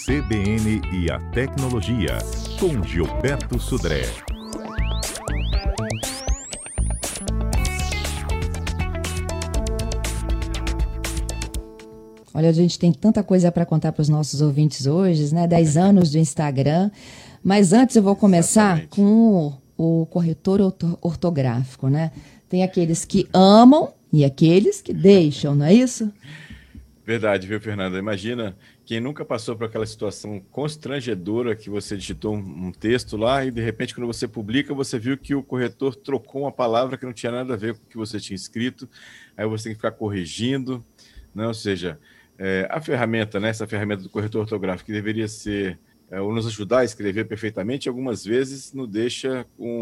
CBN e a Tecnologia, com Gilberto Sudré. Olha, a gente tem tanta coisa para contar para os nossos ouvintes hoje, né? 10 anos do Instagram. Mas antes eu vou começar com o corretor ortográfico, né? Tem aqueles que amam e aqueles que deixam, não é isso? Verdade, viu, Fernanda? Imagina quem nunca passou por aquela situação constrangedora que você digitou um texto lá e, de repente, quando você publica, você viu que o corretor trocou uma palavra que não tinha nada a ver com o que você tinha escrito, aí você tem que ficar corrigindo, né? Ou seja, a ferramenta, né, essa ferramenta do corretor ortográfico, que deveria ser ou nos ajudar a escrever perfeitamente, algumas vezes nos deixa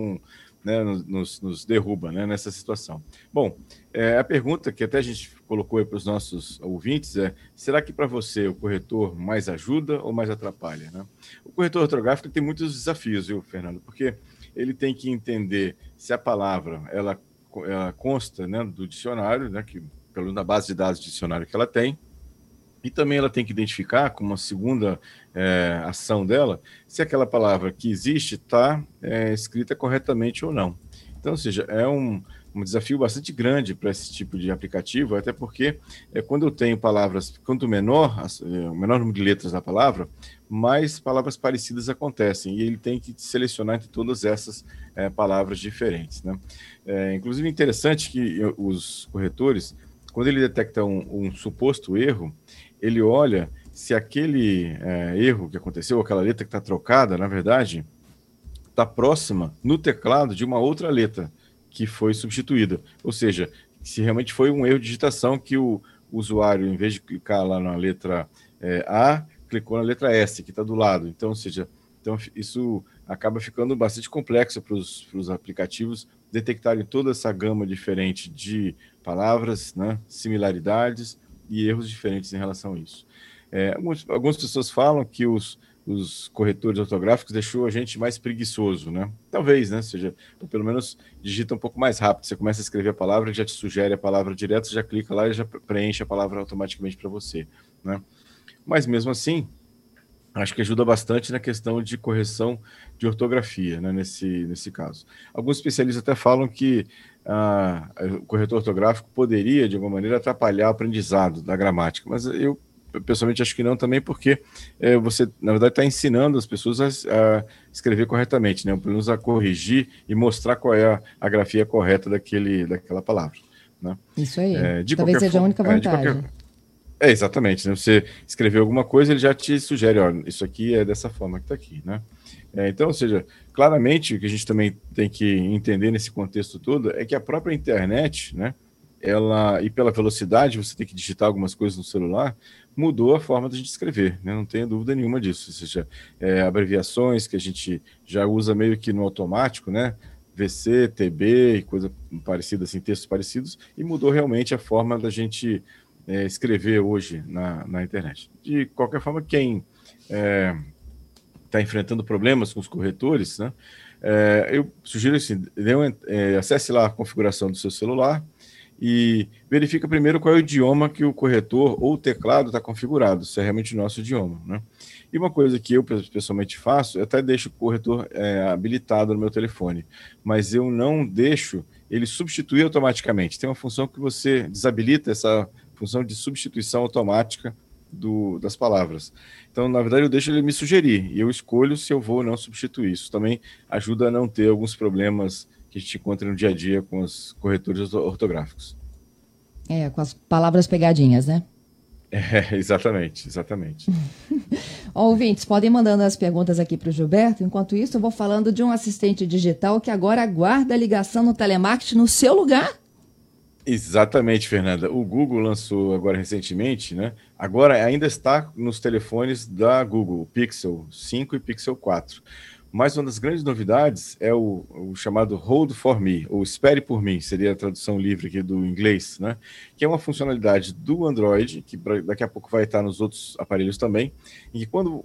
né, nos derruba, né, nessa situação. Bom, a pergunta que até a gente colocou aí para os nossos ouvintes é: será que para você o corretor mais ajuda ou mais atrapalha, né? O corretor ortográfico tem muitos desafios, viu, Fernando? Porque ele tem que entender se a palavra ela consta, né, do dicionário, né, que pelo menos na base de dados do dicionário que ela tem. E também ela tem que identificar, como uma segunda ação dela, se aquela palavra que existe está escrita corretamente ou não. Então, ou seja, é um desafio bastante grande para esse tipo de aplicativo, até porque quando eu tenho palavras, quanto menor, o menor número de letras da palavra, mais palavras parecidas acontecem, e ele tem que selecionar entre todas essas palavras diferentes, né? Inclusive, é interessante que os corretores, quando ele detecta um suposto erro, ele olha se aquele erro que aconteceu, aquela letra que está trocada, na verdade, está próxima no teclado de uma outra letra que foi substituída. Ou seja, se realmente foi um erro de digitação que o usuário, em vez de clicar lá na letra A, clicou na letra S, que está do lado. Então, ou seja, isso acaba ficando bastante complexo para os aplicativos detectarem toda essa gama diferente de palavras, né, similaridades e erros diferentes em relação a isso. Algumas pessoas falam que os corretores ortográficos deixou a gente mais preguiçoso, né? Talvez, né? Ou pelo menos digita um pouco mais rápido. Você começa a escrever a palavra, já te sugere a palavra direto, você já clica lá e já preenche a palavra automaticamente para você, né? Mas mesmo assim, acho que ajuda bastante na questão de correção de ortografia, né, nesse caso. Alguns especialistas até falam que o corretor ortográfico poderia, de alguma maneira, atrapalhar o aprendizado da gramática, mas eu pessoalmente acho que não também, porque você, na verdade, está ensinando as pessoas a escrever corretamente, né, pelo menos a corrigir e mostrar qual é a grafia correta daquela palavra, né? Isso aí. Talvez seja a única vantagem. Exatamente, né? Você escreveu alguma coisa, ele já te sugere, ó, isso aqui é dessa forma que está aqui, né? Então, ou seja, claramente o que a gente também tem que entender nesse contexto todo é que a própria internet, né, e pela velocidade, você tem que digitar algumas coisas no celular, mudou a forma de a gente escrever, né? Não tenha dúvida nenhuma disso, ou seja, abreviações que a gente já usa meio que no automático, né? VC, TB e coisa parecida, assim, textos parecidos, e mudou realmente a forma da gente escrever hoje na internet. De qualquer forma, quem está enfrentando problemas com os corretores, né, eu sugiro assim, acesse lá a configuração do seu celular e verifica primeiro qual é o idioma que o corretor ou o teclado está configurado, se é realmente o nosso idioma, né? E uma coisa que eu pessoalmente faço, eu até deixo o corretor habilitado no meu telefone, mas eu não deixo ele substituir automaticamente. Tem uma função que você desabilita essa função de substituição automática das palavras. Então, na verdade, eu deixo ele me sugerir e eu escolho se eu vou ou não substituir. Isso também ajuda a não ter alguns problemas que a gente encontra no dia a dia com os corretores ortográficos. Com as palavras pegadinhas, né? Exatamente. Ouvintes, podem mandando as perguntas aqui para o Gilberto. Enquanto isso, eu vou falando de um assistente digital que agora aguarda a ligação no telemarketing no seu lugar. Exatamente, Fernanda. O Google lançou agora recentemente, né? Agora ainda está nos telefones da Google, Pixel 5 e Pixel 4. Mas uma das grandes novidades é o chamado Hold for Me, ou Espere por Mim, seria a tradução livre aqui do inglês, né? Que é uma funcionalidade do Android, que daqui a pouco vai estar nos outros aparelhos também, e que quando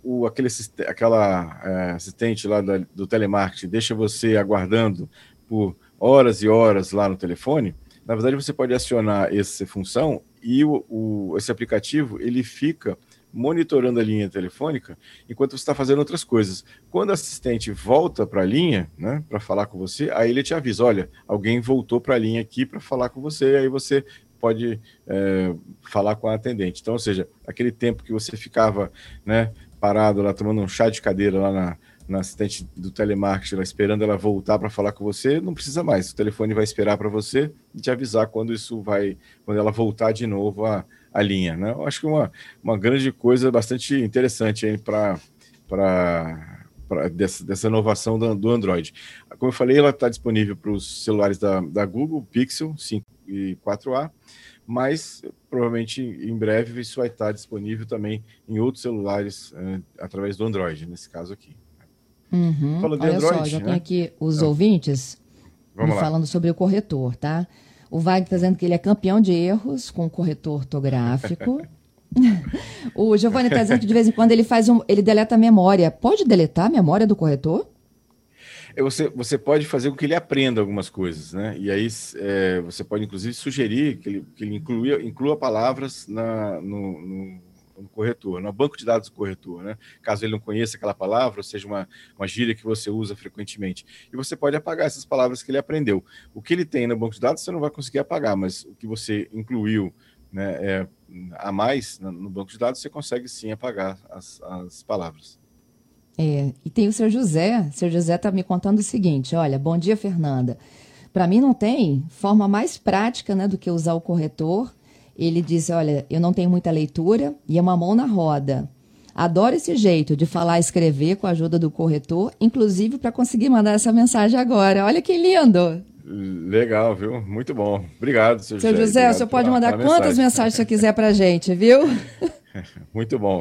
aquela assistente lá do telemarketing deixa você aguardando por horas e horas lá no telefone, na verdade você pode acionar essa função e esse aplicativo ele fica monitorando a linha telefônica enquanto você está fazendo outras coisas. Quando o assistente volta para a linha, né, para falar com você, aí ele te avisa, olha, alguém voltou para a linha aqui para falar com você, aí você pode falar com a atendente. Então, ou seja, aquele tempo que você ficava, né, parado lá, tomando um chá de cadeira lá na assistente do telemarketing, lá, esperando ela voltar para falar com você, não precisa mais. O telefone vai esperar para você e te avisar quando ela voltar de novo à linha, né? Eu acho que uma grande coisa bastante interessante aí dessa inovação do Android. Como eu falei, ela está disponível para os celulares da Google, Pixel 5 e 4A, mas provavelmente em breve isso vai estar disponível também em outros celulares através do Android, nesse caso aqui. Falando de Android, só, já tem aqui os ouvintes falando sobre o corretor, tá? O Wagner está dizendo que ele é campeão de erros com o corretor ortográfico. O Giovanni está dizendo que de vez em quando ele deleta a memória. Pode deletar a memória do corretor? Você pode fazer com que ele aprenda algumas coisas, né? E aí você pode, inclusive, sugerir que ele inclua palavras no corretor, no banco de dados do corretor, né? Caso ele não conheça aquela palavra, ou seja, uma gíria que você usa frequentemente. E você pode apagar essas palavras que ele aprendeu. O que ele tem no banco de dados, você não vai conseguir apagar, mas o que você incluiu, né, a mais no banco de dados, você consegue sim apagar as palavras. E tem o seu José. O seu José está me contando o seguinte, olha, bom dia, Fernanda. Para mim não tem forma mais prática, né, do que usar o corretor. Ele disse, olha, eu não tenho muita leitura e é uma mão na roda. Adoro esse jeito de falar e escrever com a ajuda do corretor, inclusive para conseguir mandar essa mensagem agora. Olha que lindo! Legal, viu? Muito bom. Obrigado, seu José. Seu José, o senhor pode mandar quantas mensagens o senhor quiser para a gente, viu? Muito bom.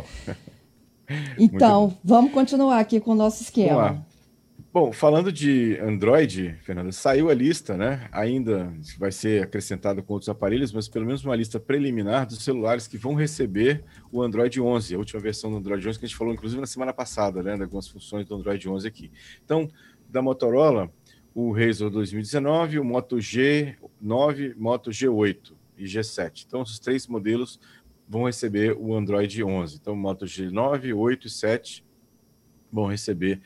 Então, vamos continuar aqui com o nosso esquema. Bom, falando de Android, Fernanda, saiu a lista, né? Ainda vai ser acrescentada com outros aparelhos, mas pelo menos uma lista preliminar dos celulares que vão receber o Android 11, a última versão do Android 11 que a gente falou, inclusive, na semana passada, né? De algumas funções do Android 11 aqui. Então, da Motorola, o Razr 2019, o Moto G9, Moto G8 e G7. Então, os 3 modelos vão receber o Android 11. Então, Moto G9, 8 e 7 vão receber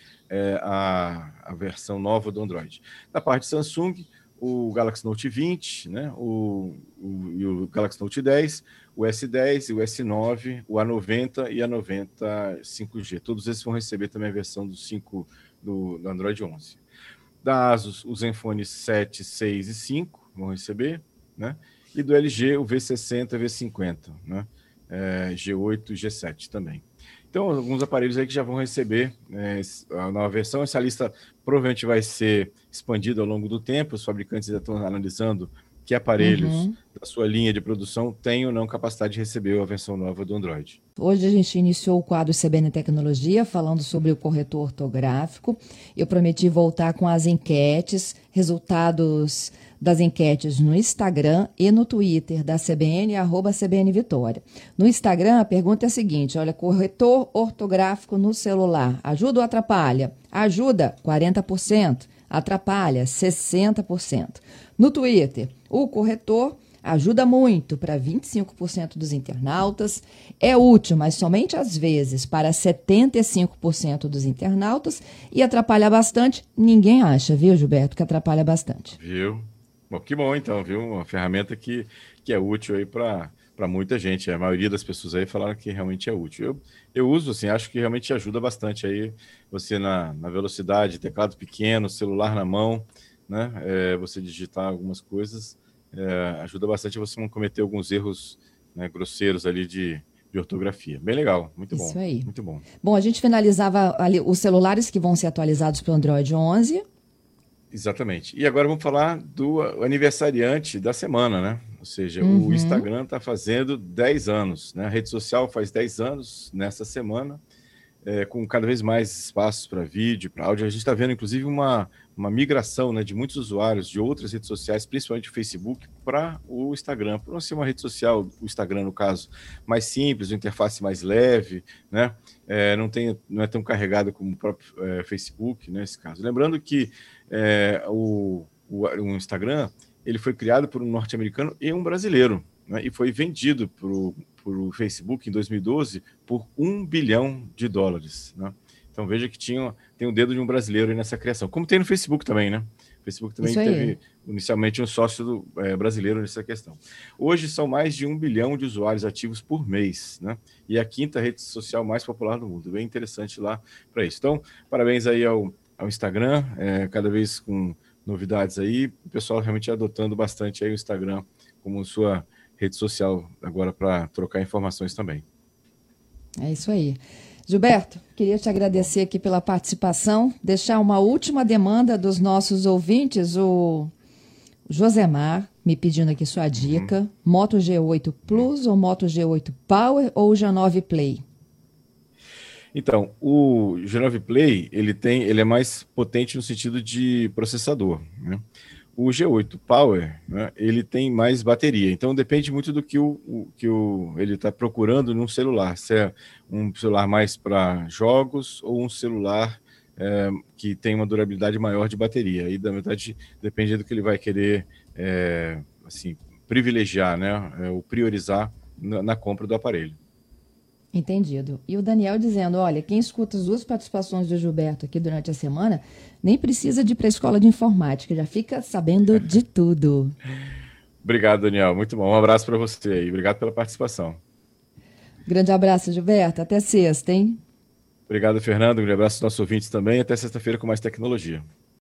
a versão nova do Android. Na parte Samsung, o Galaxy Note 20, né, o Galaxy Note 10, o S10 e o S9, o A90 e a 90 5G. Todos esses vão receber também a versão do Android 11. Da Asus, os Zenfone 7, 6 e 5 vão receber, né? E do LG, o V60 e V50, né? G8 e G7 também. Então, alguns aparelhos aí que já vão receber a nova versão. Essa lista provavelmente vai ser expandida ao longo do tempo. Os fabricantes já estão analisando que aparelhos da sua linha de produção têm ou não capacidade de receber a versão nova do Android. Hoje a gente iniciou o quadro CBN Tecnologia, falando sobre o corretor ortográfico. Eu prometi voltar com as enquetes, resultados das enquetes no Instagram e no Twitter da CBN, @CBN Vitória. No Instagram, a pergunta é a seguinte, olha, corretor ortográfico no celular, ajuda ou atrapalha? Ajuda, 40%, atrapalha, 60%. No Twitter, o corretor ajuda muito para 25% dos internautas, é útil, mas somente às vezes para 75% dos internautas e atrapalha bastante, ninguém acha, viu, Gilberto, que atrapalha bastante. Viu? Bom, que bom, então, viu? Uma ferramenta que é útil aí para muita gente. A maioria das pessoas aí falaram que realmente é útil. Eu uso, assim, acho que realmente ajuda bastante aí você na velocidade, teclado pequeno, celular na mão, né? Você digitar algumas coisas, ajuda bastante você não cometer alguns erros, né, grosseiros ali de ortografia. Bem legal, muito bom. Isso aí. Muito bom. Bom, a gente finalizava ali os celulares que vão ser atualizados para o Android 11. Exatamente. E agora vamos falar do aniversariante da semana, né? Ou seja, o Instagram está fazendo 10 anos, né? A rede social faz 10 anos nessa semana, com cada vez mais espaços para vídeo, para áudio. A gente está vendo, inclusive, uma migração, né, de muitos usuários de outras redes sociais, principalmente o Facebook, para o Instagram. Por não ser uma rede social, o Instagram, no caso, mais simples, uma interface mais leve, né? Não é tão carregado como o próprio Facebook, nesse caso. Lembrando que o Instagram ele foi criado por um norte-americano e um brasileiro, né? E foi vendido por o Facebook em 2012 por US$ 1 bilhão, né? Então veja que tem o dedo de um brasileiro aí nessa criação, como tem no Facebook também, né? O Facebook também teve inicialmente um sócio brasileiro nessa questão. Hoje são mais de 1 bilhão de usuários ativos por mês, né? E a quinta rede social mais popular do mundo. Bem interessante lá para isso. Então, parabéns aí ao Instagram, cada vez com novidades aí. O pessoal realmente adotando bastante aí o Instagram como sua rede social agora para trocar informações também. É isso aí. Gilberto, queria te agradecer aqui pela participação, deixar uma última demanda dos nossos ouvintes, o Josemar, me pedindo aqui sua dica, Moto G8 Plus ou Moto G8 Power ou G9 Play? Então, o G9 Play, ele é mais potente no sentido de processador, né? O G8 Power, né, ele tem mais bateria, então depende muito do que ele está procurando num celular, se é um celular mais para jogos ou um celular que tem uma durabilidade maior de bateria. E, na verdade, depende do que ele vai querer assim, privilegiar, né, ou priorizar na compra do aparelho. Entendido. E o Daniel dizendo, olha, quem escuta as duas participações do Gilberto aqui durante a semana, nem precisa de ir para a escola de informática, já fica sabendo de tudo. Obrigado, Daniel. Muito bom. Um abraço para você e obrigado pela participação. Grande abraço, Gilberto. Até sexta, hein? Obrigado, Fernando. Um grande abraço aos nossos ouvintes também. Até sexta-feira com mais tecnologia.